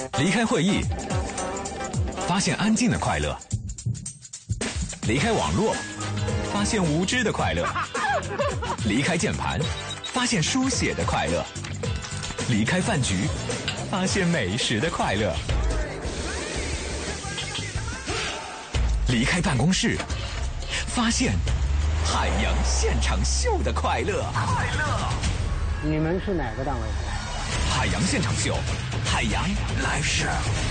离开会议，发现安静的快乐；离开网络，发现无知的快乐；离开键盘，发现书写的快乐；离开饭局，发现美食的快乐；离开办公室，发现海洋现场秀的快乐。 你们是哪个单位？ 海洋现场秀，海洋来世。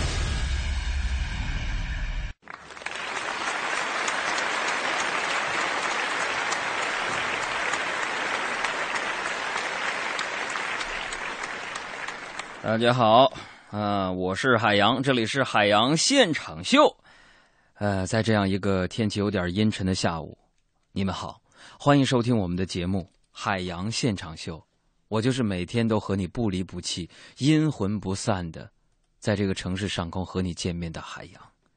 大家好，我是海洋，这里是海洋现场秀。在这样一个天气有点阴沉的下午，你们好，欢迎收听我们的节目《海洋现场秀》。我就是每天都和你不离不弃、阴魂不散的，在这个城市上空和你见面的海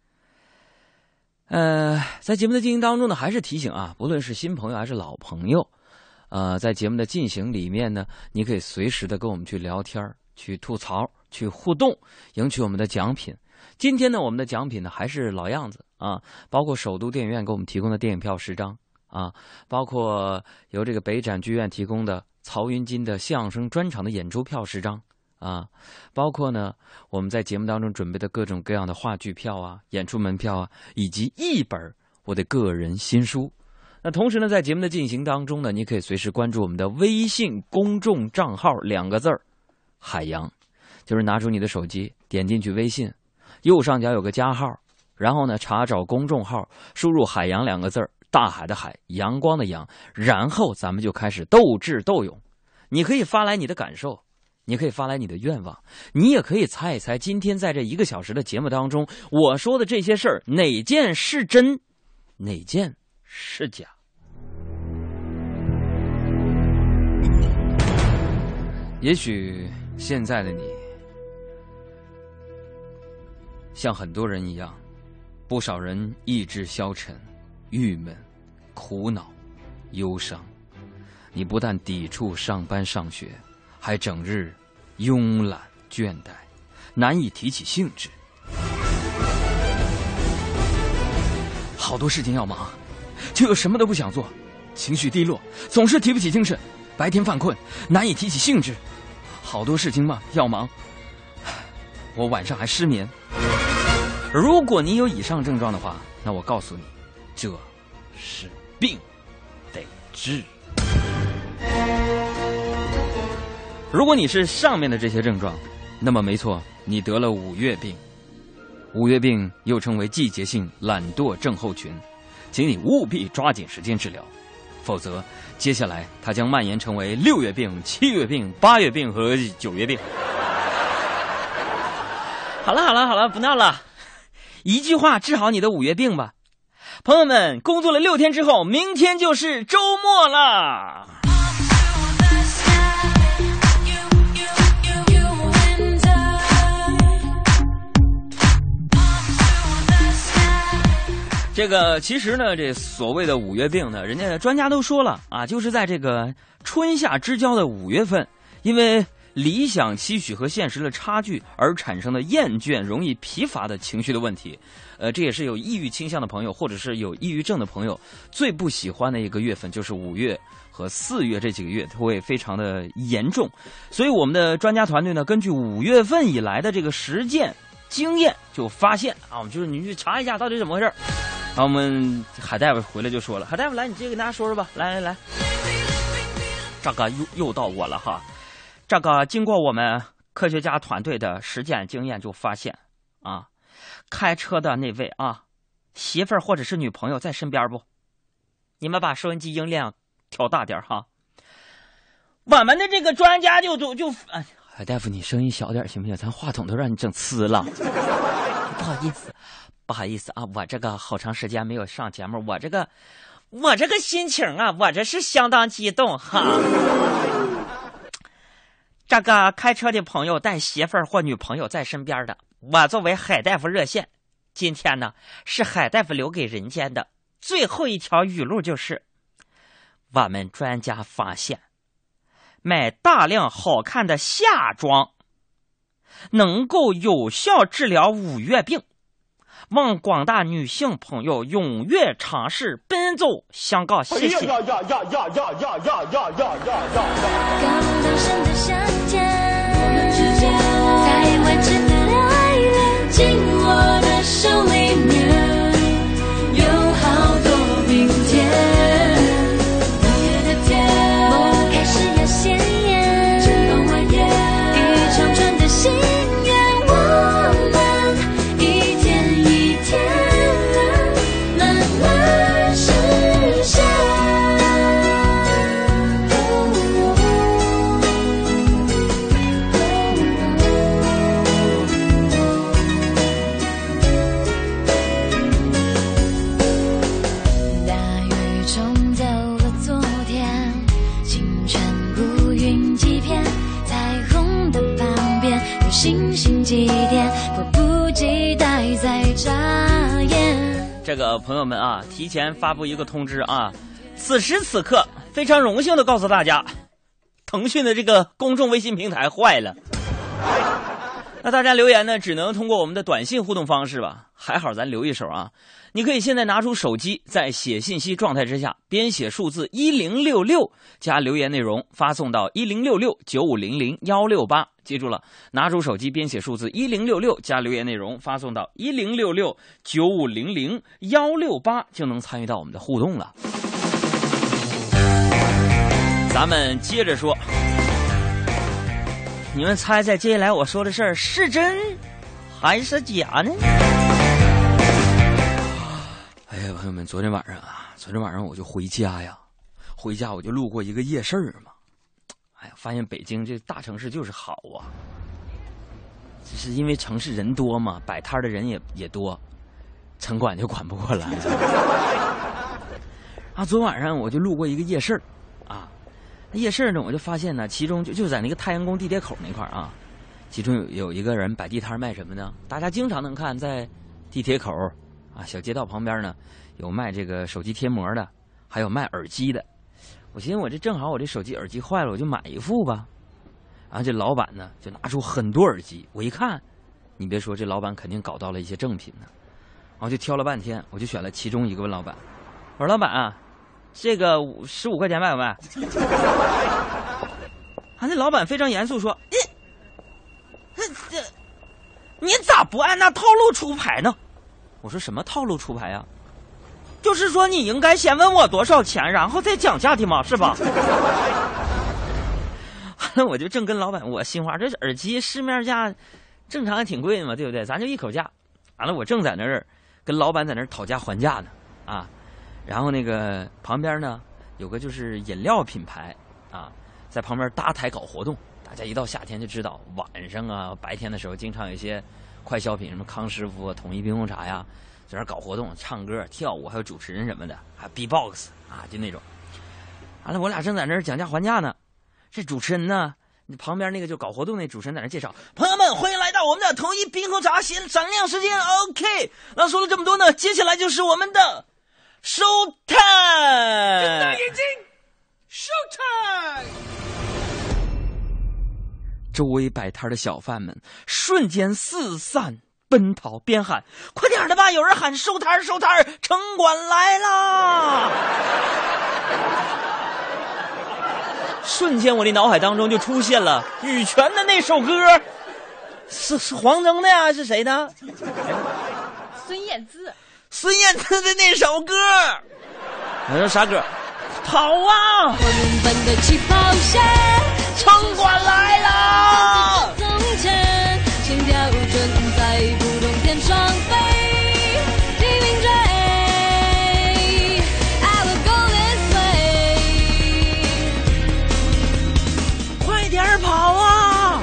洋。在节目的进行当中呢，还是提醒啊，不论是新朋友还是老朋友，在节目的进行里面呢，你可以随时的跟我们去聊天、去吐槽、去互动，赢取我们的奖品。今天呢，我们的奖品呢还是老样子啊，包括首都电影院给我们提供的电影票10张啊，包括由这个北展剧院提供的曹云金的相声专场的演出票10张啊，包括呢我们在节目当中准备的各种各样的话剧票啊、演出门票啊，以及1本我的个人新书。那同时呢，在节目的进行当中呢，你可以随时关注我们的微信公众账号2个字儿“海洋”，就是拿出你的手机，点进去微信，右上角有个加号，然后呢查找公众号，输入“海洋”2个字儿。大海的海，阳光的阳，然后咱们就开始斗智斗勇。你可以发来你的感受，你可以发来你的愿望，你也可以猜一猜，今天在这1个小时的节目当中，我说的这些事儿，哪件是真，哪件是假？也许现在的你，像很多人一样，不少人意志消沉、郁闷、苦恼、忧伤，你不但抵触上班上学，还整日慵懒倦怠，难以提起兴致。好多事情要忙，却又什么都不想做，情绪低落，总是提不起精神，白天犯困，难以提起兴致。好多事情嘛要忙，我晚上还失眠。如果你有以上症状的话，那我告诉你，这是病，得治。如果你是上面的这些症状，那么没错，你得了5月病。5月病又称为季节性懒惰症候群，请你务必抓紧时间治疗，否则接下来它将蔓延成为6月病、7月病、8月病和9月病。好了，不闹了，一句话治好你的5月病吧。朋友们，工作了6天之后，明天就是周末了。这个其实呢，这所谓的5月病呢，人家专家都说了啊，就是在这个春夏之交的5月份，因为理想期许和现实的差距而产生的厌倦、容易疲乏的情绪的问题。这也是有抑郁倾向的朋友，或者是有抑郁症的朋友最不喜欢的一个月份，就是5月和4月这几个月会非常的严重。所以我们的专家团队呢，根据5月份以来的这个实践经验，就发现啊，我们就是你去查一下到底怎么回事。然后我们海大夫回来就说了，海大夫来，你直接跟大家说说吧，来，这个又到我了哈。这个经过我们科学家团队的实践经验，就发现啊，开车的那位啊，媳妇儿或者是女朋友在身边不？你们把收音机音量调大点哈。我们的这个专家就海大夫，你声音小点行不行？咱话筒都让你整呲了。不好意思啊，我这个好长时间没有上节目，我这个心情啊，我这是相当激动哈。这个开车的朋友带媳妇儿或女朋友在身边的，我作为海大夫热线，今天呢是海大夫留给人间的最后一条语录，就是我们专家发现，买大量好看的夏装能够有效治疗五月病，望广大女性朋友踊跃尝试奔走相告，谢谢。 高大声的相见，我们之间才完整的爱恋，进我的手里面有好多明天。五月的天，梦开始要鲜艳，春风花叶，一长串的心愿，我们一天一天慢慢实现。大雨冲走了昨天，清晨乌云几片，彩虹的旁边有星星几点，迫不及待在眨眼。 这个朋友们啊，提前发布一个通知啊，此时此刻非常荣幸的告诉大家，腾讯的这个公众微信平台坏了。那大家留言呢，只能通过我们的短信互动方式吧。还好咱留一手啊，你可以现在拿出手机，在写信息状态之下，编写数字1066加留言内容发送到1066-9500-168。记住了，拿出手机编写数字1066加留言内容发送到1066-9500-168，就能参与到我们的互动了。咱们接着说，你们猜猜接下来我说的事儿是真还是假呢？ 哎呀，朋友们，昨天晚上我就回家呀，我就路过一个夜市嘛，哎呀，发现北京这大城市就是好啊，只是因为城市人多嘛，摆摊的人也多，城管就管不过来。啊，昨晚上我就路过一个夜市啊，夜市呢，我就发现呢，其中就在那个太阳宫地铁口那块啊，其中有一个人摆地摊卖什么呢？大家经常能看在地铁口啊，小街道旁边呢，有卖这个手机贴膜的，还有卖耳机的。我寻思我这正好我这手机耳机坏了，我就买一副吧。然后这老板呢就拿出很多耳机，我一看，你别说，这老板肯定搞到了一些正品呢。然后就挑了半天，我就选了其中一个问老板，我说老板啊，这个15块钱卖不卖？啊，那老板非常严肃说，你咋不按那套路出牌呢？我说什么套路出牌呀？就是说你应该先问我多少钱，然后再讲价的嘛，是吧？我就正跟老板我心话，这耳机市面价正常还挺贵的嘛，对不对？咱就一口价。完了，我正在那儿跟老板在那儿讨价还价呢，啊，然后那个旁边呢有个就是饮料品牌啊，在旁边搭台搞活动。大家一到夏天就知道，晚上啊、白天的时候，经常有一些快消品，什么康师傅、统一冰红茶呀，在那搞活动、唱歌、跳舞，还有主持人什么的，还有 B-box 啊，就那种。完了，我俩正在那儿讲价还价呢，这主持人呢，旁边那个就搞活动那主持人在那介绍，朋友们，欢迎来到我们的统一冰红茶闪亮时间。OK， 那说了这么多呢，接下来就是我们的 show time。睁大眼睛 ，show time。周围摆摊的小贩们瞬间四散奔逃，边喊：“快点的吧！”有人喊：“收摊，收摊，城管来啦！”瞬间，我的脑海当中就出现了羽泉的那首歌，是黄征的呀？是谁的？ 孙燕姿。 孙燕姿的那首歌，我说啥歌？跑啊！ 我们奔的起跑线， 城管来啦！ 从前，心跳正在不动天上飞，拼命追 I will go this way。 快点跑啊！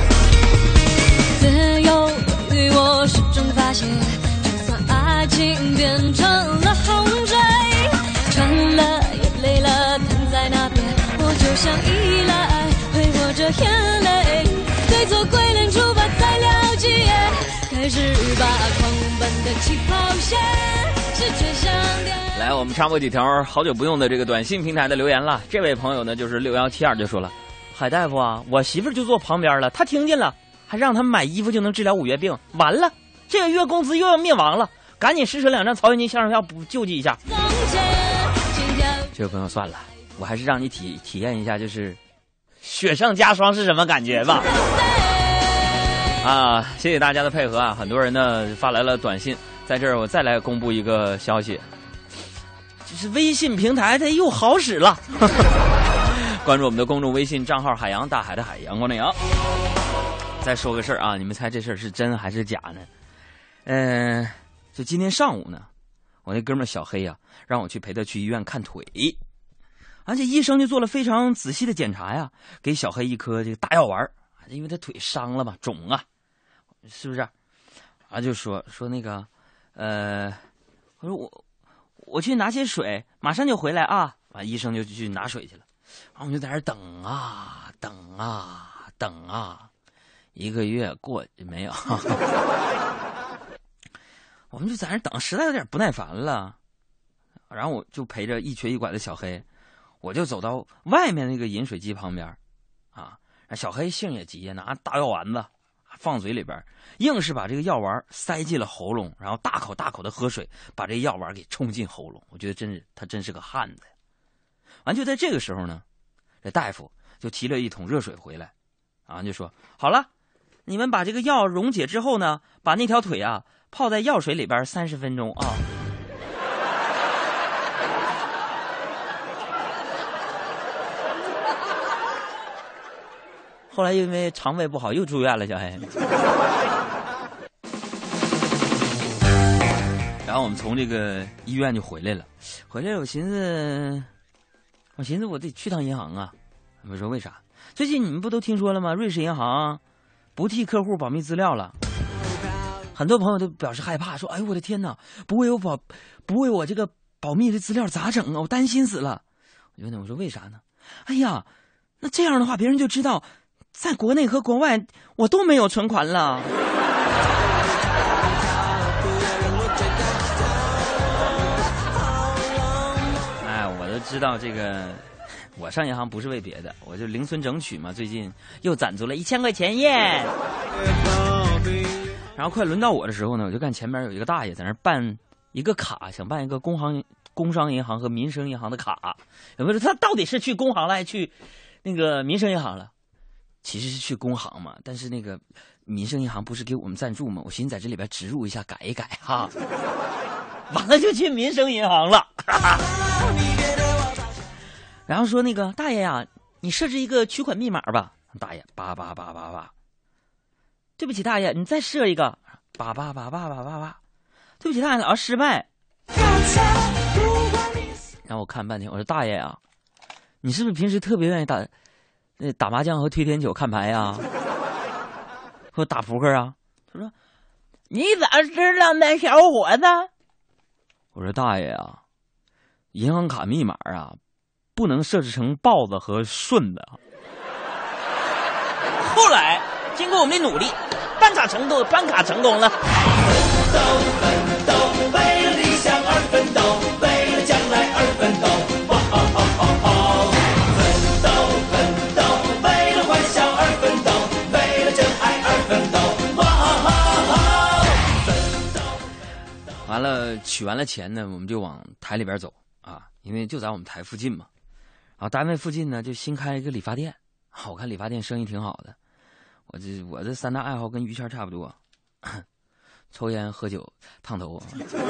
自由与我始终发现，就算爱情变成了洪水，成了也累了，躺在那边，我就像依赖，挥霍着眼泪，对错归零，出发才了解，开始吧，狂奔的起跑线是最想点。 来，我们插播几条好久不用的这个短信平台的留言了。这位朋友呢，就是6172就说了：“海大夫啊，我媳妇就坐旁边了，她听见了， 还让他们买衣服就能治疗5月病，完了，这个月工资又要灭亡了，赶紧施舍2张曹云金相声票补救济一下。这位朋友算了，我还是让你体验一下，就是雪上加霜是什么感觉吧。啊，谢谢大家的配合啊！很多人呢发来了短信，在这儿我再来公布一个消息，就是微信平台它又好使了。关注我们的公众微信账号海洋大海的海，阳光的阳。再说个事儿啊，你们猜这事儿是真还是假呢？就今天上午呢，我那哥们儿小黑啊，让我去陪他去医院看腿，而且医生就做了非常仔细的检查呀，给小黑一颗这个大药丸，因为他腿伤了嘛，肿啊，是不是？啊，就说那个，我说我去拿些水，马上就回来啊。完，医生就去拿水去了，然后我们就在那儿等啊等啊等啊，1个月过没有。我们就在那等，实在有点不耐烦了。然后我就陪着一瘸一拐的小黑，我就走到外面那个饮水机旁边，啊，小黑性也急呀，拿大药丸子放嘴里边，硬是把这个药丸塞进了喉咙，然后大口大口的喝水，把这药丸给冲进喉咙。我觉得他真是个汉子呀。完，就在这个时候呢，这大夫就提了一桶热水回来，啊，就说好了，你们把这个药溶解之后呢，把那条腿啊泡在药水里边30分钟啊。后来因为肠胃不好又住院了，小黑。然后我们从这个医院就回来了，我寻思我得去趟银行啊。我说为啥？最近你们不都听说了吗？瑞士银行不替客户保密资料了。很多朋友都表示害怕，说：“哎呦我的天哪，不为我这个保密的资料咋整啊？我担心死了。”我说为啥呢？哎呀，那这样的话，别人就知道在国内和国外我都没有存款了。哎，我都知道这个，我上银行不是为别的，我就零存整取嘛。最近又攒足了1000块钱耶。然后快轮到我的时候呢，我就看前面有一个大爷在那办一个卡，想办一个工商银行和民生银行的卡。有没有说他到底是去工行了，还去那个民生银行了？其实是去工行嘛，但是那个民生银行不是给我们赞助吗？我寻思在这里边植入一下，改一改哈。完了就去民生银行了。然后说那个大爷呀，你设置一个取款密码吧。大爷8888888。对不起大爷，你再设一个8888888。对不起大爷，老失败。然后我看半天，我说大爷啊，你是不是平时特别愿意打麻将和推天九看牌呀，或打扑克啊？他说你咋知道呢，小伙子？我说大爷啊，银行卡密码啊不能设置成豹子和顺子。后来经过我们的努力，办卡成功了。奋斗，为了理想而奋斗，为了将来而奋斗。奋斗，为了欢笑而奋斗，为了真爱而奋斗。完了，取完了钱呢，我们就往台里边走啊，因为就在我们台附近嘛。然后单位附近呢，就新开了一个理发店，我看理发店生意挺好的。我这3大爱好跟于谦差不多，抽烟、喝酒、烫头。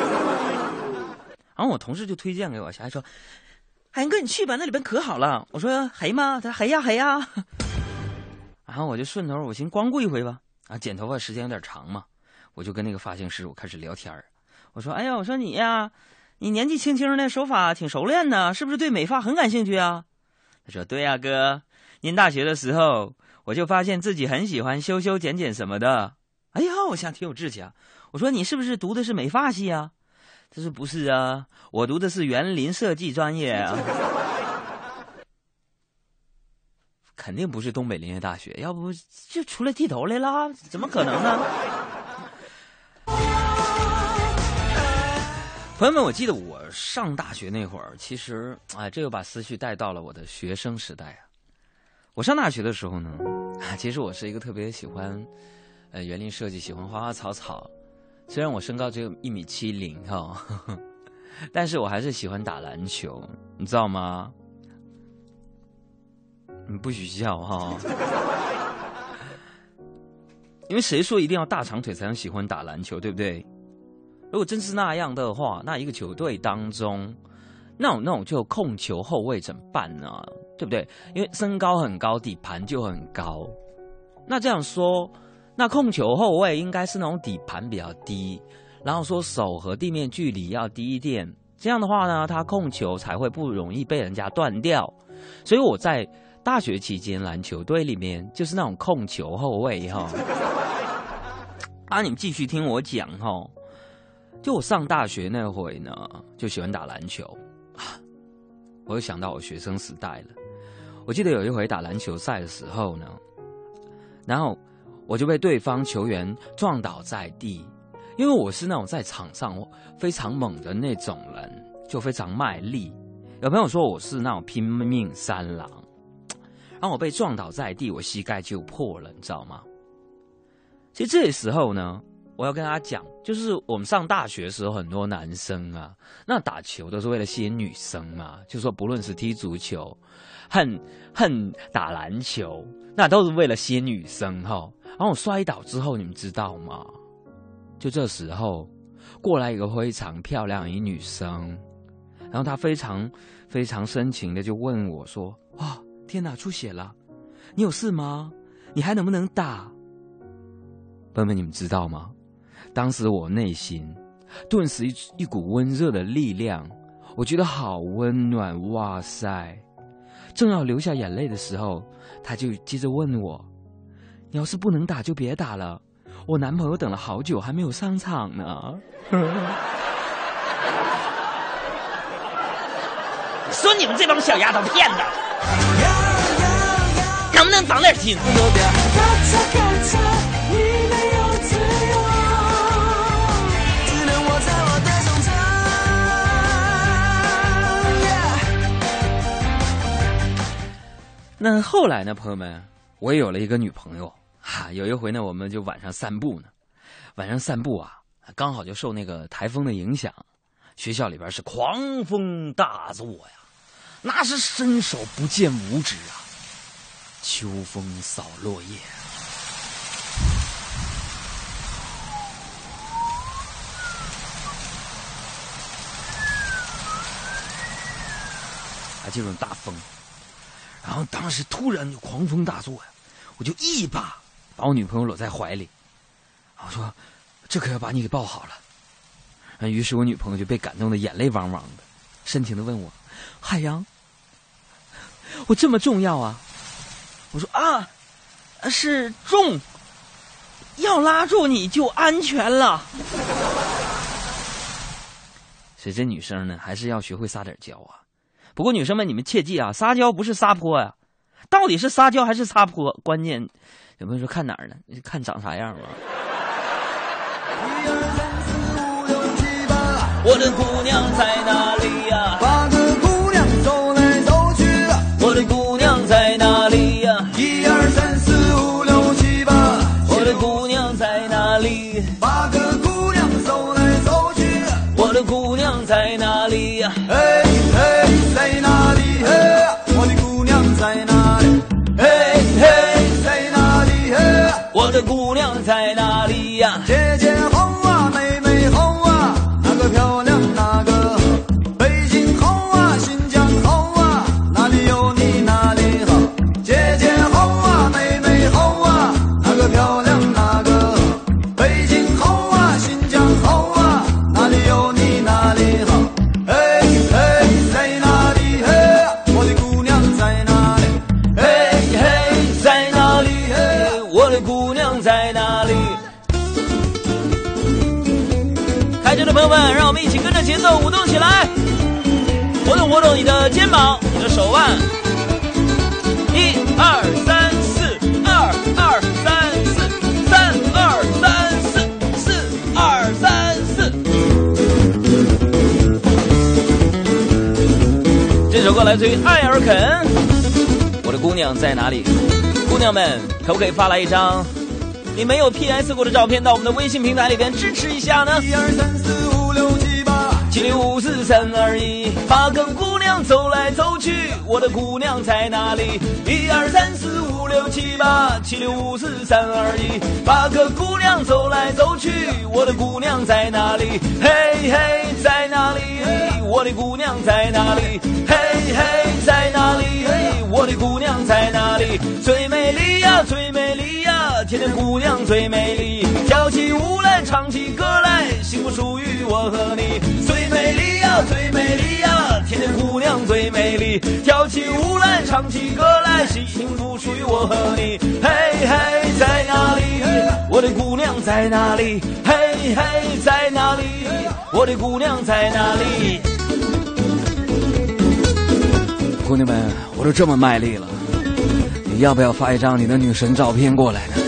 然后我同事就推荐给我，小孩说：“海英哥，你去吧，那里边可好了。”我说：“黑吗？”他说：“黑呀。”然后我就顺头，我寻思光顾一回吧。啊，剪头发时间有点长嘛，我就跟那个发型师我开始聊天。我说：“哎呀，我说你呀，你年纪轻轻的，手法挺熟练的，是不是对美发很感兴趣啊？”他说：“对呀，哥，念大学的时候。”我就发现自己很喜欢修修剪剪什么的。哎呀，我想挺有志气啊。我说你是不是读的是美发系啊？他说不是啊，我读的是园林设计专业啊。肯定不是东北林业大学，要不就出来剃头来了？怎么可能呢？朋友们，我记得我上大学那会儿，其实这又把思绪带到了我的学生时代啊。 我上大学的时候呢，其实我是一个特别喜欢园林设计，喜欢花花草草。虽然我身高只有1.70米哈，但是我还是喜欢打篮球，你知道吗？你不许笑哈，因为谁说一定要大长腿才能喜欢打篮球，对不对？如果真是那样的话，那一个球队当中，那种就控球后卫怎么办呢？对不对？因为身高很高，底盘就很高。那这样说，那控球后卫应该是那种底盘比较低，然后说手和地面距离要低一点。这样的话呢，他控球才会不容易被人家断掉。所以我在大学期间篮球队里面就是那种控球后卫哈。你们继续听我讲哈。就我上大学那会呢，就喜欢打篮球。我又想到我学生时代了。我记得有一回打篮球赛的时候呢，然后我就被对方球员撞倒在地，因为我是那种在场上非常猛的那种人，就非常卖力。有朋友说我是那种拼命三郎，然后我被撞倒在地，我膝盖就破了，你知道吗？其实这时候呢，我要跟大家讲，就是我们上大学的时候，很多男生啊，那打球都是为了吸引女生嘛，就说不论是踢足球，恨打篮球，那都是为了吸引女生哈。然后我摔倒之后，你们知道吗？就这时候过来一个非常漂亮的女生，然后她非常非常深情的就问我说：“哇，天哪，出血了，你有事吗？你还能不能打？”朋友们，你们知道吗？当时我内心顿时一股温热的力量，我觉得好温暖，哇塞！正要流下眼泪的时候，他就接着问我：“你要是不能打就别打了，我男朋友等了好久还没有上场呢。” 说你们这帮小丫头片子，能不能长点心？ 那后来呢，朋友们，我也有了一个女朋友有一回呢，我们就晚上散步呢，刚好就受那个台风的影响，学校里边是狂风大作呀，那是伸手不见五指啊，秋风扫落叶。这种大风，然后当时突然就狂风大作呀，我就一把把我女朋友搂在怀里，我说这可要把你给抱好了。于是我女朋友就被感动的眼泪汪汪的，深情的问我：“海洋，我这么重要啊？”我说：“是重，要拉住你就安全了。”所以这女生呢，还是要学会撒点娇啊。不过女生们，你们切记啊，撒娇不是撒泼呀，到底是撒娇还是撒泼？关键有没有说看哪儿呢？看长啥样吧。 我的姑娘在哪里呀 8个姑娘走来走去， 我的姑娘在哪里呀 1、2、3、4、5、6、7、8， 我的姑娘在哪里 8个姑娘走来走去， 我的姑娘在哪里呀嘿嘿，在哪里？嘿，我的姑娘在哪里？嘿嘿，在哪里？嘿， 我的姑娘在哪里呀姐姐好啊，妹妹好啊，哪个漂亮哪个好？北京好啊，新疆好啊，哪里有你哪里好？姐姐好啊，妹妹好啊，哪个漂亮哪个好？北京好啊，新疆好啊，哪里有你哪里好？嘿嘿，在哪里？嘿，我的姑娘在哪里？嘿嘿，在哪里？嘿， 我的姑娘在哪里？开车的朋友们，让我们一起跟着节奏舞动起来，活动活动你的肩膀，你的手腕。1、2、3、4，2、2、3、4，3、2、3、4，4、2、3、4。这首歌来自于艾尔肯，我的姑娘。 娘在哪里？姑娘们，可不可以发来一张你没有 PS 过的照片到我们的微信平台里边支持一下呢？1、2、3、4、5、6、7、8、7、6、5、4、3、2、1，八个姑娘走来走去，我的姑娘在哪里？1、2、3、4、5、6、7、8、7、6、5、4、3、2、1，八个姑娘走来走去，我的姑娘在哪里？嘿嘿，在哪里？我的姑娘在哪里？嘿嘿，在哪里？我的姑娘在哪里？最美丽呀，最美丽呀，天天姑娘最美丽，跳起舞来，唱起歌来，幸福属于我和你。最美丽呀，最美丽呀，天天姑娘最美丽，跳起舞来，唱起歌来，幸福属于我和你。嘿嘿，在哪里？我的姑娘在哪里？嘿嘿，在哪里？我的姑娘在哪里？ 姑娘们，我都这么卖力了，你要不要发一张你的女神照片过来呢？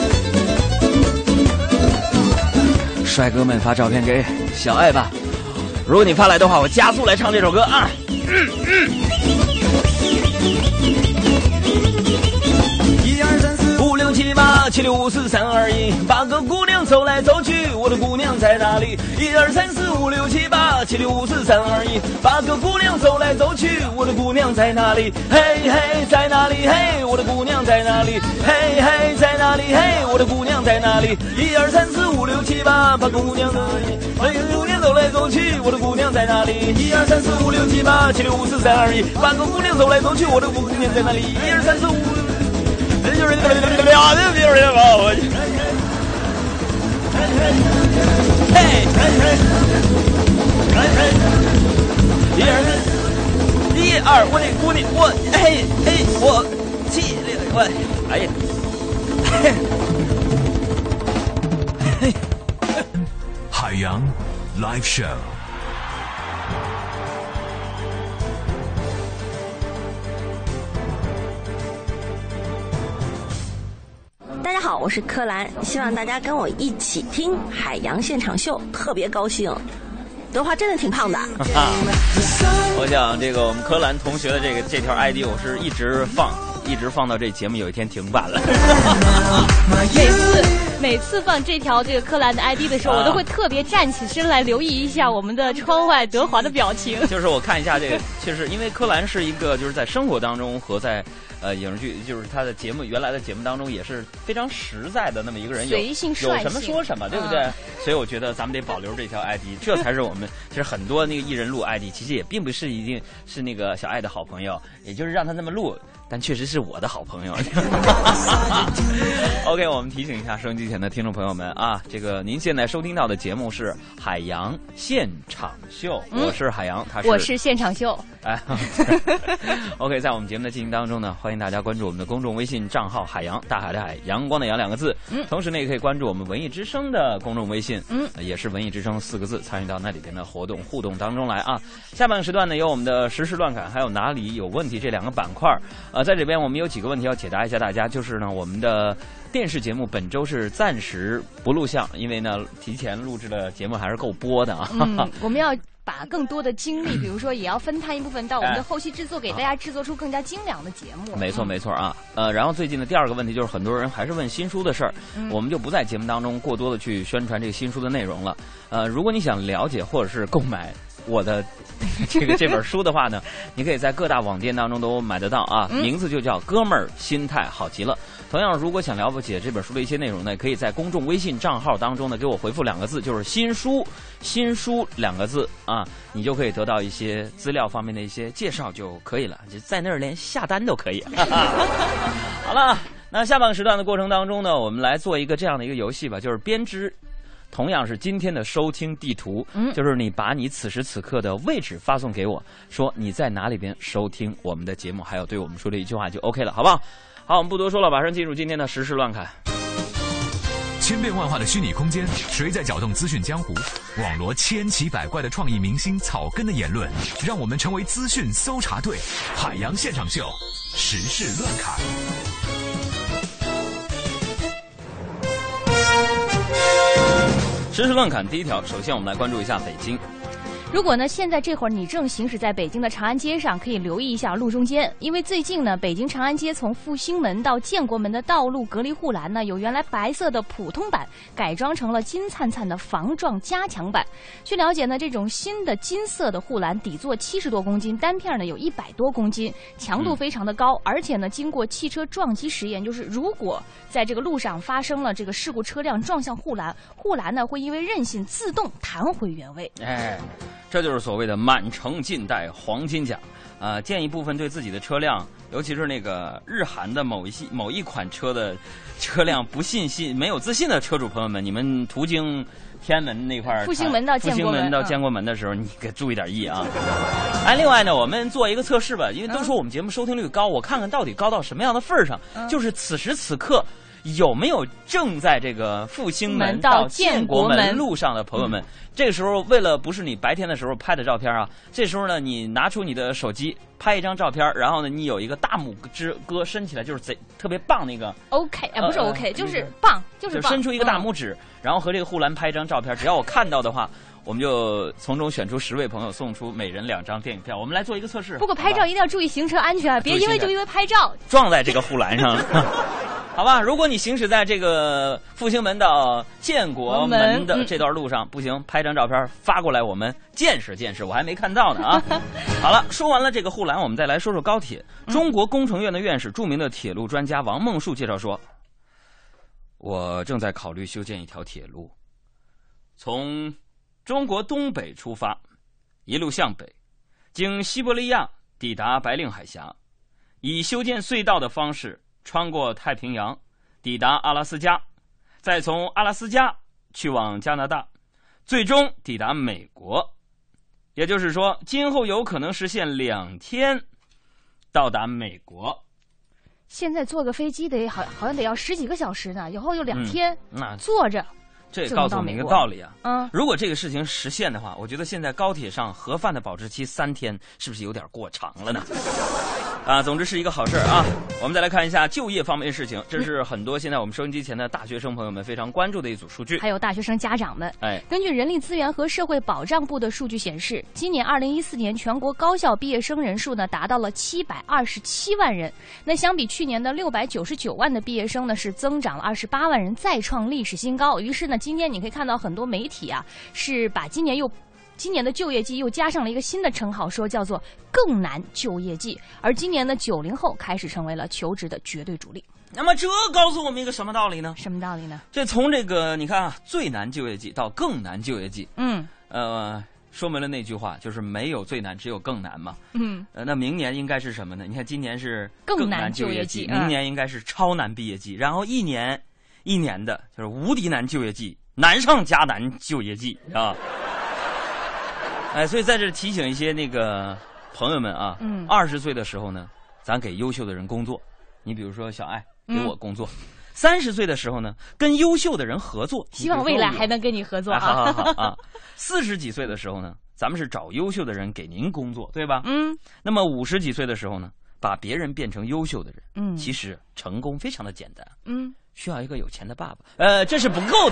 帅哥们发照片给小爱吧。 如果你发来的话，我加速来唱这首歌啊。7、8、7、6、5、4、3、2、1，八个姑娘走来走去，我的姑娘在哪里？1、2、3、4、5、6、7、8、7、6、5、4、3、2、1，八个姑娘走来走去，我的姑娘在哪里？嘿嘿，在哪里？嘿，我的姑娘在哪里？嘿嘿，在哪里？嘿，我的姑娘在哪里？1、2、3、4、5、6、7、8，八个姑娘走，八个姑娘走来走去，我的姑娘在哪里？1、2、3、4、5、6、7、8、7、6、5、4、3、2、1，八个姑娘走来走去，我的姑娘在哪里？1、2、3、4、5。就是俩的别人吧，我。嘿，1、2，我的姑娘，我嘿嘿，我7、6，我哎呀， 嘿，海洋 Live Show。 大家好，我是柯蓝，希望大家跟我一起听海洋现场秀，特别高兴。德华真的挺胖的。 我想这个我们柯蓝同学的这条 ID， 我是一直放到这节目有一天停版了。 每次放这个柯蓝的 ID 的时候，我都会特别站起身来留意一下我们的窗外德华的表情。 就是我看一下这个，就是因为柯蓝是一个就是在生活当中和在影视剧，就是他的原来的节目当中也是非常实在的那么一个人， 随性率有什么说什么，对不对？所以我觉得咱们得保留这条 ID， 这才是我们其实很多那个艺人录 ID， 其实也并不是一定是那个小爱的好朋友，也就是让他那么录。但确实是我的好朋友。OK， 我们提醒一下收音机前的听众朋友们啊，这个您现在收听到的节目是海洋现场秀，我是海洋， 我是现场秀。 哎，OK， 在我们节目的进行当中呢，欢迎大家关注我们的公众微信账号“海洋”，大海的海，阳光的阳2个字。同时呢，也可以关注我们文艺之声的公众微信，也是文艺之声4个字，参与到那里边的活动互动当中来啊。下半个时段呢，有我们的时事乱侃，还有哪里有问题这2个板块。在这边我们有几个问题要解答一下大家，就是呢，我们的电视节目本周是暂时不录像，因为呢提前录制的节目还是够播的啊。 我们要把更多的精力，比如说也要分摊一部分到我们的后期制作，给大家制作出更加精良的节目。 没错没错啊。然后最近的第2个问题就是很多人还是问新书的事儿，我们就不在节目当中过多的去宣传这个新书的内容了。如果你想了解或者是购买我的这本书的话呢，你可以在各大网店当中都买得到啊，名字就叫哥们儿心态好极了。同样，如果想了解这本书的一些内容呢，可以在公众微信账号当中呢给我回复2个字，就是新书2个字啊，你就可以得到一些资料方面的一些介绍就可以了，就在那儿连下单都可以。好了，那下半个时段的过程当中呢，我们来做一个这样的一个游戏吧，就是编织。同样是今天的收听地图，就是你把你此时此刻的位置发送给我，说你在哪里边收听我们的节目，还有对我们说的一句话就 OK 了，好不好？好，我们不多说了，马上进入今天的时事乱侃。 千变万化的虚拟空间，谁在搅动资讯江湖？网罗千奇百怪的创意明星草根的言论，让我们成为资讯搜查队。海洋现场秀，时事乱侃。 时事乱侃第一条，首先我们来关注一下北京。 如果呢，现在这会儿你正行驶在北京的长安街上，可以留意一下路中间，因为最近呢，北京长安街从复兴门到建国门的道路隔离护栏呢，由原来白色的普通版改装成了金灿灿的防撞加强版。据了解呢，这种新的金色的护栏底座70多公斤，单片呢有100多公斤，强度非常的高，而且呢，经过汽车撞击实验，就是如果在这个路上发生了这个事故，车辆撞向护栏，护栏呢会因为韧性自动弹回原位。 这就是所谓的满城尽带黄金甲。建议部分对自己的车辆，尤其是那个日韩的某一款车的车辆不信心、没有自信的车主朋友们，你们途经天安门那块儿， 复兴门到建国门的时候，你给注意点意啊。另外呢，我们做一个测试吧，因为都说我们节目收听率高，我看看到底高到什么样的份儿上。就是此时此刻，有没有正在这个复兴门到建国门路上的朋友们？这个时候，为了不是你白天的时候拍的照片啊，这时候呢，你拿出你的手机拍一张照片，然后呢，你有一个大拇哥伸起来，就是特别棒那个 OK 不是 OK，就是棒，就是棒， 伸出一个大拇指，然后和这个护栏拍一张照片，只要我看到的话，我们就从中选出10位朋友，送出每人2张电影票。我们来做一个测试。 不过拍照一定要注意行车安全，别因为拍照撞在这个护栏上了。好吧，如果你行驶在这个复兴门到建国门的这段路上，不行，拍张照片发过来，我们见识见识。我还没看到呢啊。好了，说完了这个护栏，我们再来说说高铁。中国工程院的院士、著名的铁路专家王梦恕介绍说，我正在考虑修建一条铁路，从中国东北出发，一路向北，经西伯利亚抵达白令海峡，以修建隧道的方式穿过太平洋，抵达阿拉斯加，再从阿拉斯加去往加拿大，最终抵达美国。也就是说，今后有可能实现2天到达美国。 现在坐个飞机好像得要10几个小时呢，以后有2天坐着。 这也告诉我们一个道理啊，如果这个事情实现的话，我觉得现在高铁上盒饭的保质期3天，是不是有点过长了呢？总之是一个好事啊。我们再来看一下就业方面的事情，这是很多现在我们收音机前的大学生朋友们非常关注的一组数据， 还有大学生家长们。根据人力资源和社会保障部的数据显示，今年2014年全国高校毕业生人数呢达到了727万人，那相比去年的699万的毕业生呢是增长了28万人，再创历史新高。于是呢，今天你可以看到很多媒体啊是把今年的就业季又加上了一个新的称号，说叫做更难就业季。而今年的90后开始成为了求职的绝对主力。 那么这告诉我们一个什么道理呢？ 什么道理呢？ 这从这个你看啊，最难就业季到更难就业季，说明了那句话，就是没有最难，只有更难嘛。那明年应该是什么呢？你看今年是更难就业季，明年应该是超难毕业季，然后一年的就是无敌难就业季，难上加难就业季啊。所以在这提醒一些那个朋友们啊，20岁的时候呢，咱给优秀的人工作。你比如说小爱给我工作，30岁的时候呢，跟优秀的人合作。 希望未来还能跟你合作啊。 好啊。40几岁的时候呢，咱们是找优秀的人给您工作，对吧？那么50几岁的时候呢，把别人变成优秀的人，其实成功非常的简单。需要一个有钱的爸爸。这是不够的。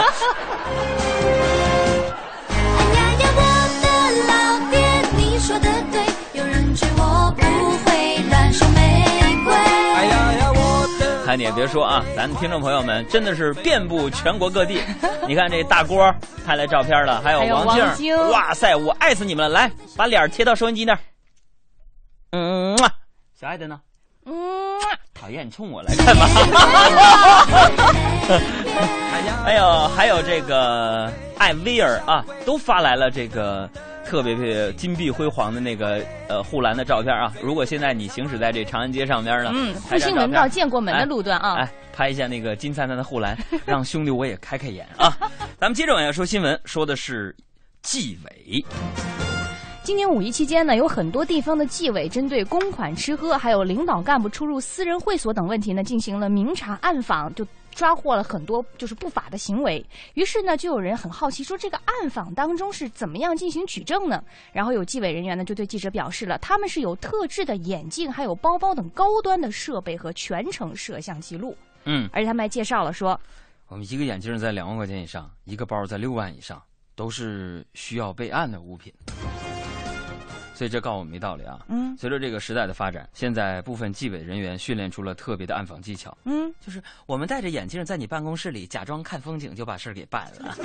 你说的对，有人追我不会乱说玫瑰。哎呀呀，我的。 你也别说啊，咱听众朋友们真的是遍布全国各地。你看这大郭拍来照片了，还有王静，哇塞，我爱死你们了！来，把脸贴到收音机那儿。小爱的呢？讨厌，你冲我来干嘛？还有这个艾薇儿啊，都发来了这个特别金碧辉煌的那个护栏的照片啊。如果现在你行驶在这长安街上边呢， 复兴门到建国门的路段啊， 拍一下那个金灿灿的护栏，让兄弟我也开眼啊。咱们接着往下说新闻，说的是纪委。 今年5一期间呢，有很多地方的纪委针对公款吃喝，还有领导干部出入私人会所等问题呢，进行了明察暗访，就抓获了很多就是不法的行为。于是呢，就有人很好奇说，这个暗访当中是怎么样进行举证呢？然后有纪委人员呢就对记者表示了，他们是有特制的眼镜、还有包包等高端的设备和全程摄像记录。而且他们还介绍了说， 我们一个眼镜在2万块钱以上，一个包在6万以上。 都是需要备案的物品。所以这告诉我们一道理啊，随着这个时代的发展，现在部分纪委人员训练出了特别的暗访技巧，就是我们戴着眼镜在你办公室里假装看风景，就把事儿给办了。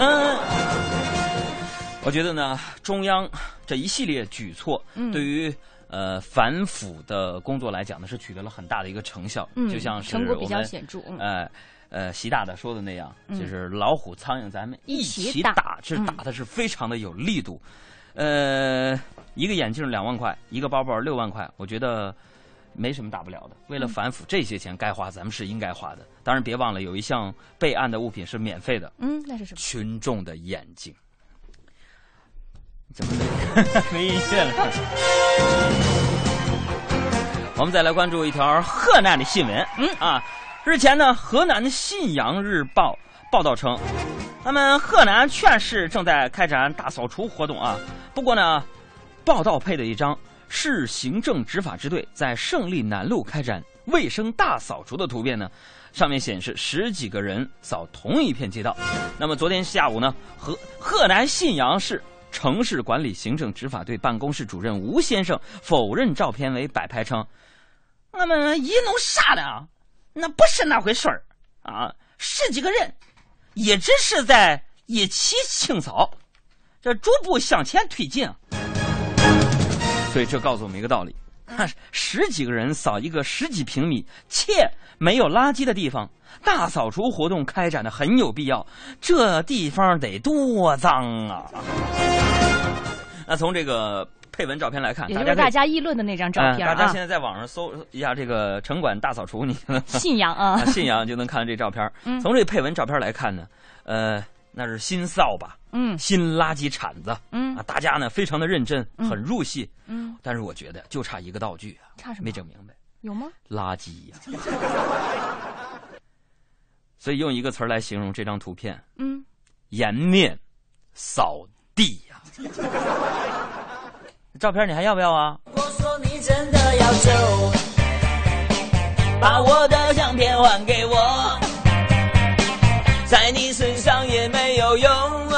我觉得呢，中央这一系列举措，对于反腐的工作来讲呢，是取得了很大的一个成效，就像是成果比较我们显著， 习大大说的那样，就是老虎苍蝇咱们一起打，这打的是非常的有力度。一个眼镜2万块，一个包包6万块，我觉得没什么大不了的。为了反腐，这些钱该花咱们是应该花的。当然别忘了有一项备案的物品是免费的， 那是什么？ 群众的眼睛。怎么没音乐了？我们再来关注一条河南的新闻。日前呢，河南的信阳日报报道称，他们河南全市正在开展大扫除活动啊。不过呢，报道配的一张市行政执法支队在胜利南路开展卫生大扫除的图片呢，上面显示10几个人扫同一片街道。那么昨天下午呢，河南信阳市城市管理行政执法队办公室主任吴先生否认照片为摆拍，称我们一弄啥的啊，那不是那回事儿啊，10几个人一直是在一起清扫，这逐步向前推进。所以这告诉我们一个道理，10几个人扫一个10几平米且没有垃圾的地方，大扫除活动开展的很有必要。这地方得多脏啊！那从这个配文照片来看， 也就是大家议论的那张照片大家现在在网上搜一下这个城管大扫除，你信阳啊， 信阳就能看到这照片。从这配文照片来看呢，那是新扫把，新垃圾铲子，大家呢非常的认真，很入戏，但是我觉得就差一个道具啊， 差什么？ 没整明白， 有吗？ 垃圾呀！所以用一个词儿来形容这张图片，颜面扫地呀！照片你还要不要啊？ 我说你真的要走，把我的相片还给我。在你身上也没有用，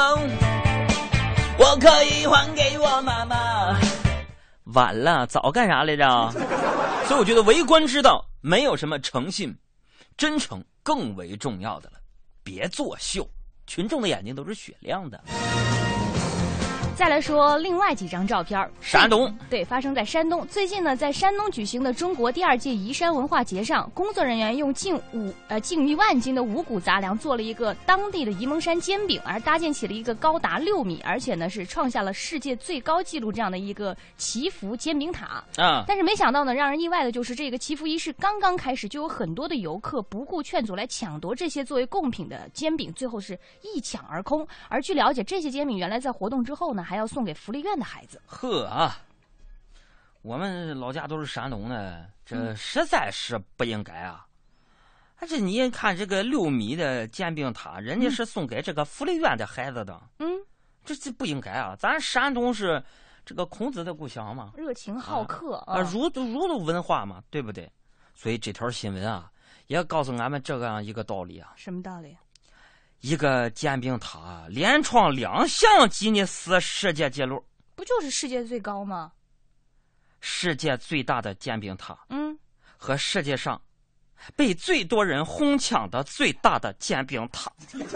我可以还给我妈妈。 晚了，早干啥来着？所以我觉得为官之道没有什么诚信、真诚更为重要的了，别作秀，群众的眼睛都是雪亮的。 再来说另外几张照片， 山东对，发生在山东。最近呢，在山东举行的中国第2届宜山文化节上，工作人员用近1万斤的五谷杂粮做了一个当地的沂蒙山煎饼，而搭建起了一个高达6米，而且呢是创下了世界最高纪录这样的一个祈福煎饼塔啊。但是没想到呢，让人意外的就是这个祈福仪式刚刚开始，就有很多的游客不顾劝阻来抢夺这些作为贡品的煎饼，最后是一抢而空。而据了解，这些煎饼原来在活动之后呢，还要送给福利院的孩子。 呵啊，我们老家都是山东的，这实在是不应该啊！这你看这个6米的煎饼塔，人家是送给这个福利院的孩子的，这不应该啊！咱山东是这个孔子的故乡嘛， 热情好客儒读文化嘛，对不对？所以这条新闻啊，也告诉俺们这样一个道理啊。 什么道理？ 一个煎饼塔连创2项吉尼斯世界纪录， 不就是世界最高吗？ 世界最大的煎饼塔，和世界上被最多人哄抢的最大的煎饼塔。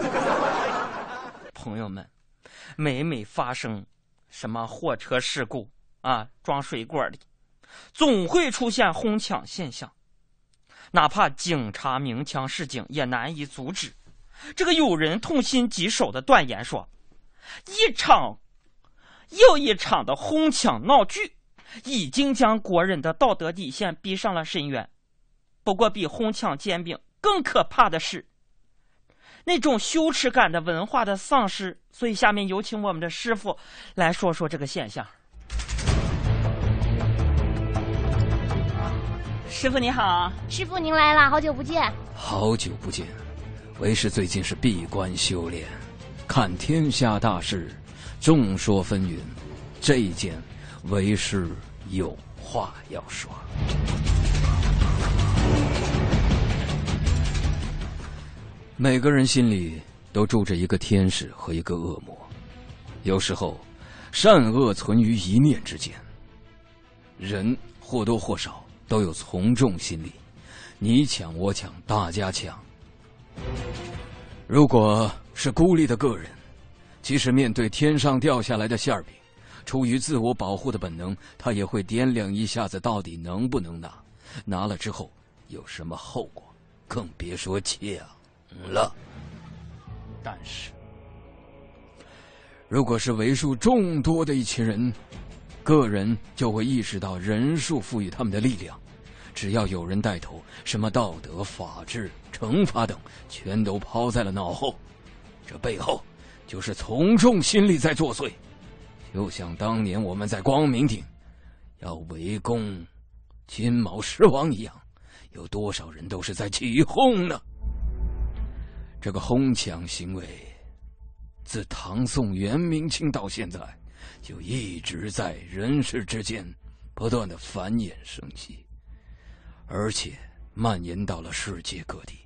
朋友们，每发生什么货车事故啊，撞水果里，总会出现哄抢现象，哪怕警察鸣枪示警，也难以阻止。这个有人痛心疾首的断言说，一场又一场的哄抢闹剧已经将国人的道德底线逼上了深渊。不过比哄抢煎饼更可怕的是那种羞耻感的文化的丧失。所以下面有请我们的师傅来说说这个现象。 师傅你好。 师傅您来了，好久不见。 好久不见，为师最近是闭关修炼，看天下大事，众说纷纭，这一件为师有话要说。每个人心里都住着一个天使和一个恶魔， 有时候，善恶存于一念之间。人或多或少都有从众心理，你抢我抢，大家抢。如果是孤立的个人，即使面对天上掉下来的馅饼，出于自我保护的本能，他也会掂量一下子到底能不能拿，拿了之后有什么后果，更别说抢了。但是如果是为数众多的一群人，个人就会意识到人数赋予他们的力量，只要有人带头，什么道德、法治、惩罚等全都抛在了脑后，这背后就是从众心理在作祟。就像当年我们在光明顶要围攻金毛狮王一样，有多少人都是在起哄呢？这个哄抢行为自唐宋元明清到现在，就一直在人世之间不断的繁衍生息，而且蔓延到了世界各地。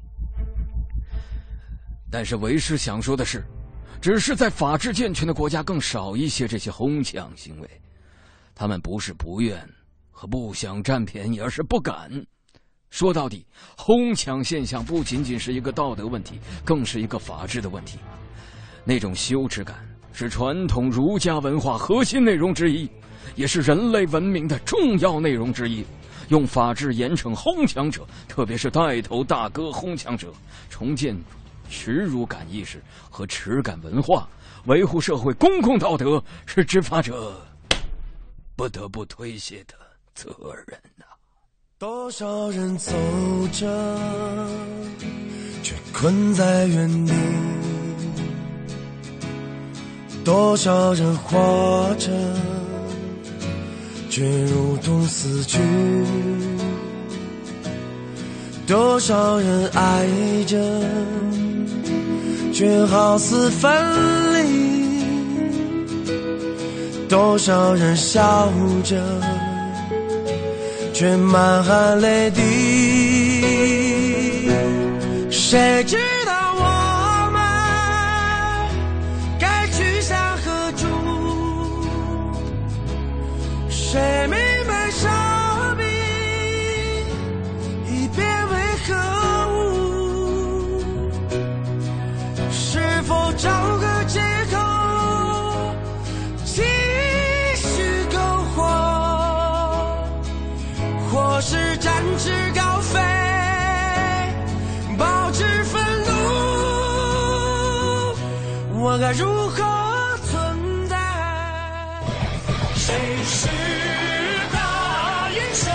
但是为师想说的是，只是在法治健全的国家更少一些这些哄抢行为，他们不是不愿和不想占便宜，而是不敢。说到底，哄抢现象不仅仅是一个道德问题，更是一个法治的问题。那种羞耻感是传统儒家文化核心内容之一，也是人类文明的重要内容之一。用法治严惩哄抢者，特别是带头大哥哄抢者，重建耻辱感意识和耻感文化，维护社会公共道德，是执法者不得不推卸的责任啊。 多少人走着，却困在原地；多少人活着，却如同死去；多少人爱着，却好似分离；多少人笑着，却满含泪滴。谁知道我们该去向何处？谁明白生命已变为何物？是否找个借口继续篝火，或是展翅高飞，保持愤怒？我该如何存在？谁是大英雄？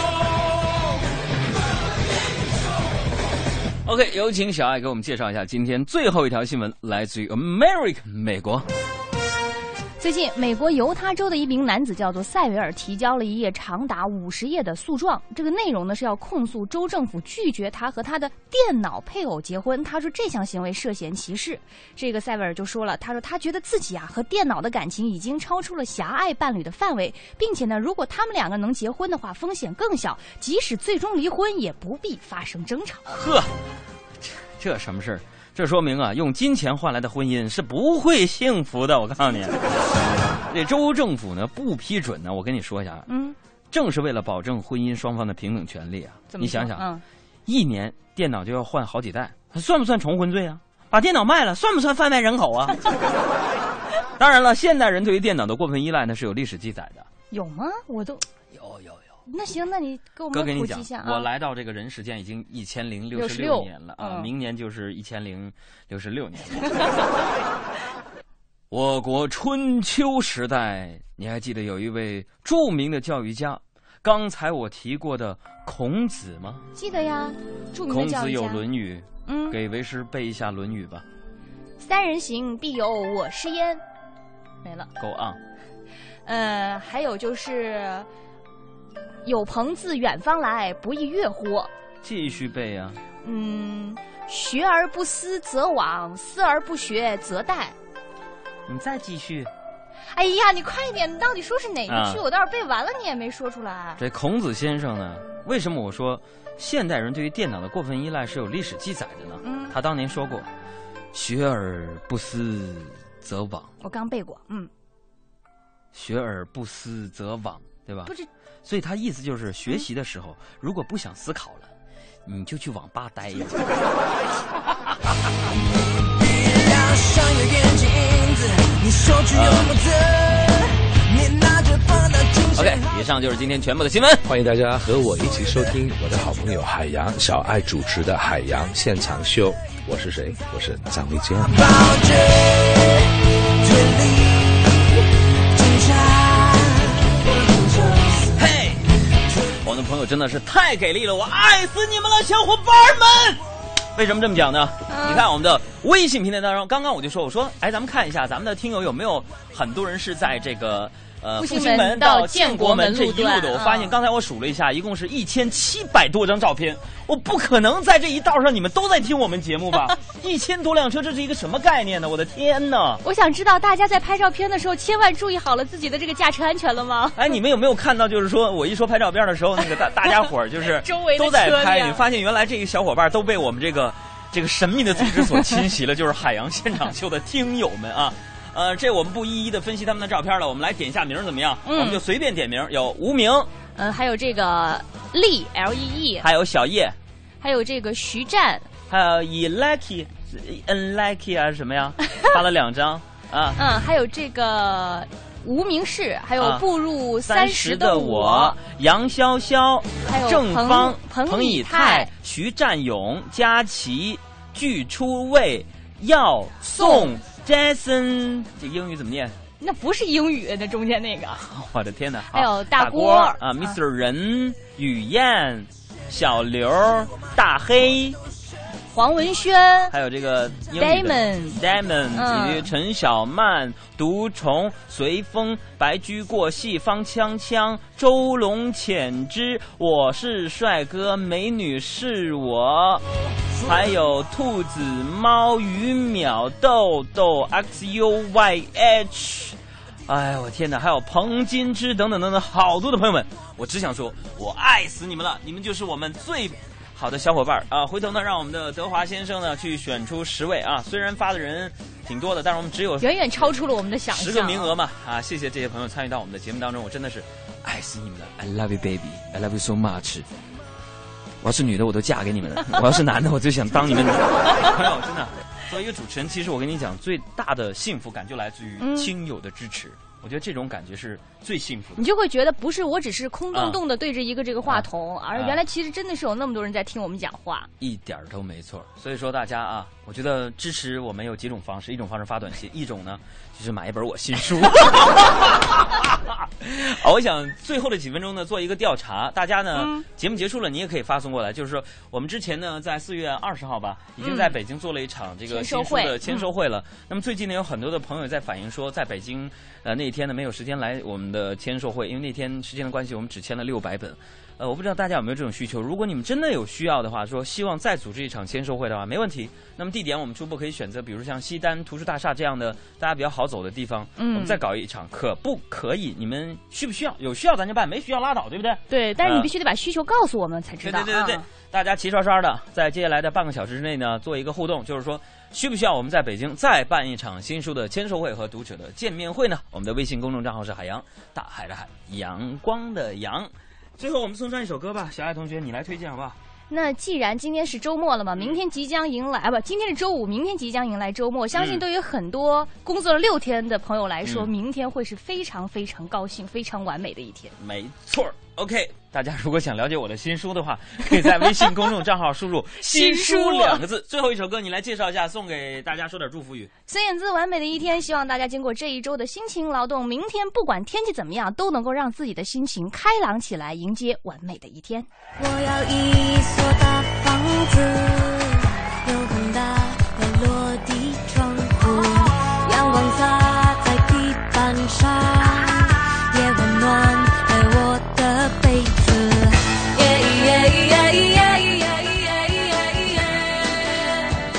OK， 有请小爱给我们介绍一下今天最后一条新闻，来自于 America 美国。 最近，美国犹他州的一名男子叫做塞维尔提交了一页长达50页的诉状，这个内容呢是要控诉州政府拒绝他和他的电脑配偶结婚。他说这项行为涉嫌歧视。这个塞维尔就说了，他说他觉得自己和电脑的感情已经超出了狭隘伴侣的范围，并且呢，如果他们两个能结婚的话，风险更小，即使最终离婚也不必发生争吵。 呵，这什么事儿？这说明啊，用金钱换来的婚姻是不会幸福的。我告诉你，这州政府呢不批准呢，我跟你说一下，正是为了保证婚姻双方的平等权利啊。你想想，一年电脑就要换好几代，算不算重婚罪啊？把电脑卖了，算不算贩卖人口啊？当然了，现代人对于电脑的过分依赖呢是有历史记载的。 有吗？我都有。 那行，那你给我们哥跟你讲普及一下我来到这个人世间已经1066年了啊，明年就是1066年了。我国春秋时代，你还记得有一位著名的教育家，刚才我提过的孔子吗？ 记得呀，著名孔的教育家。 子有《论语》，给为师背一下《论语》吧。 三人行，必有我师焉。没了。 Go on。 还有就是有朋自远方来，不亦乐乎？ 继续背呀。 学而不思则罔，思而不学则殆。 你再继续。 哎呀，你快一点！你到底说是哪一句？我倒是背完了，你也没说出来。 这孔子先生呢？为什么我说现代人对于电脑的过分依赖是有历史记载的呢？他当年说过：“学而不思则罔。 我刚背过， 学而不思则罔，对吧？ 不是， 所以他意思就是学习的时候，如果不想思考了，你就去网吧待一会儿。 上有眼睛子，你手举有木子，你拿着放大镜。 OK， 以上就是今天全部的新闻。 欢迎大家和我一起收听我的好朋友海洋小爱主持的海洋现场秀。我是谁？我是张卫健。 抱着嘴里挣扎。 嘿，我的朋友真的是太给力了，我爱死你们了，小伙伴们！为什么这么讲呢？你看我们的微信平台当中，刚刚我就说，我说，哎，咱们看一下咱们的听友有没有很多人是在这个复兴门到建国门这一路的。我发现刚才我数了一下，一共是1700多张照片。我不可能在这一道上你们都在听我们节目吧？1000多辆车，这是一个什么概念呢？我的天哪！ 我想知道大家在拍照片的时候，千万注意好了自己的这个驾车安全了吗？ 哎，你们有没有看到，就是说我一说拍照片的时候，那个大家伙儿就是都在拍，你发现原来这个小伙伴都被我们这个神秘的组织所侵袭了，就是海洋现场秀的听友们啊。这我们不一一的分析他们的照片了，我们来点一下名怎么样？我们就随便点名，有无名， 还有这个丽 LEE， 还有小叶， 还有这个徐战， 还有unlucky 啊什么呀？发了2张啊。 还有这个无名氏，还有步入30的我，杨潇潇， 还有郑芳、 彭以泰、徐占勇、佳琪、具初卫、耀宋。Jason， 这英语怎么念？ 那不是英语，那中间那个。 我的天哪！ 还有大郭啊 ，Mr. 任、雨燕、小刘、大黑、 黄文轩， 还有这个 Diamond， 以及陈小曼、毒虫、随风、白驹过隙、方锵锵、周龙浅之、我是帅哥，美女是我。还有兔子、猫、鱼淼、豆豆、XUYH， 哎呀，我天哪！还有彭金枝等等等等，好多的朋友们，我只想说，我爱死你们了！你们就是我们最好的小伙伴啊！回头呢，让我们的德华先生呢去选出10位啊。虽然发的人挺多的，但是我们只有远远超出了我们的想象。 10个名额嘛啊！谢谢这些朋友参与到我们的节目当中，我真的是爱死你们了 ！I love you, baby. I love you so much. 我要是女的，我都嫁给你们了；我要是男的，我就想当你们的朋友。真的，作为一个主持人，其实我跟你讲，最大的幸福感就来自于亲友的支持。我觉得这种感觉是最幸福的。 你就会觉得不是我只是空洞洞的对着一个这个话筒，而原来其实真的是有那么多人在听我们讲话， 一点都没错。所以说大家啊，我觉得支持我们有几种方式，一种方式发短信，一种呢就是买一本我新书。我想最后的几分钟呢做一个调查，大家呢节目结束了你也可以发送过来，就是说我们之前呢在4月20号吧，已经在北京做了一场这个新书的签售会了。那么最近呢有很多的朋友在反映说，在北京那一天呢没有时间来我们的签售会，因为那天时间的关系我们只签了600本。我不知道大家有没有这种需求，如果你们真的有需要的话，说希望再组织一场签售会的话，没问题。那么地点我们初步可以选择，比如像西单图书大厦这样的大家比较好走的地方，我们再搞一场，可不可以？你们需不需要？有需要咱就办，没需要拉倒，对不对？ 对，但是你必须得把需求告诉我们才知道。 对，大家齐刷刷的在接下来的半个小时之内呢，做一个互动，就是说需不需要我们在北京再办一场新书的签售会和读者的见面会呢？我们的微信公众账号是海洋，大海的海，阳光的阳。最后我们送上一首歌吧，小爱同学你来推荐好不好？ 那既然今天是周末了嘛，明天即将迎来今天是周五，明天即将迎来周末，相信对于很多工作了6天的朋友来说，明天会是非常非常高兴、非常完美的一天。 没错 ，OK。大家如果想了解我的新书的话，可以在微信公众账号输入“新书”2个字。最后一首歌，你来介绍一下，送给大家说点祝福语。 孙燕姿《完美的一天》，希望大家经过这一周的辛勤劳动，明天不管天气怎么样，都能够让自己的心情开朗起来，迎接完美的一天。 我要一所大房子。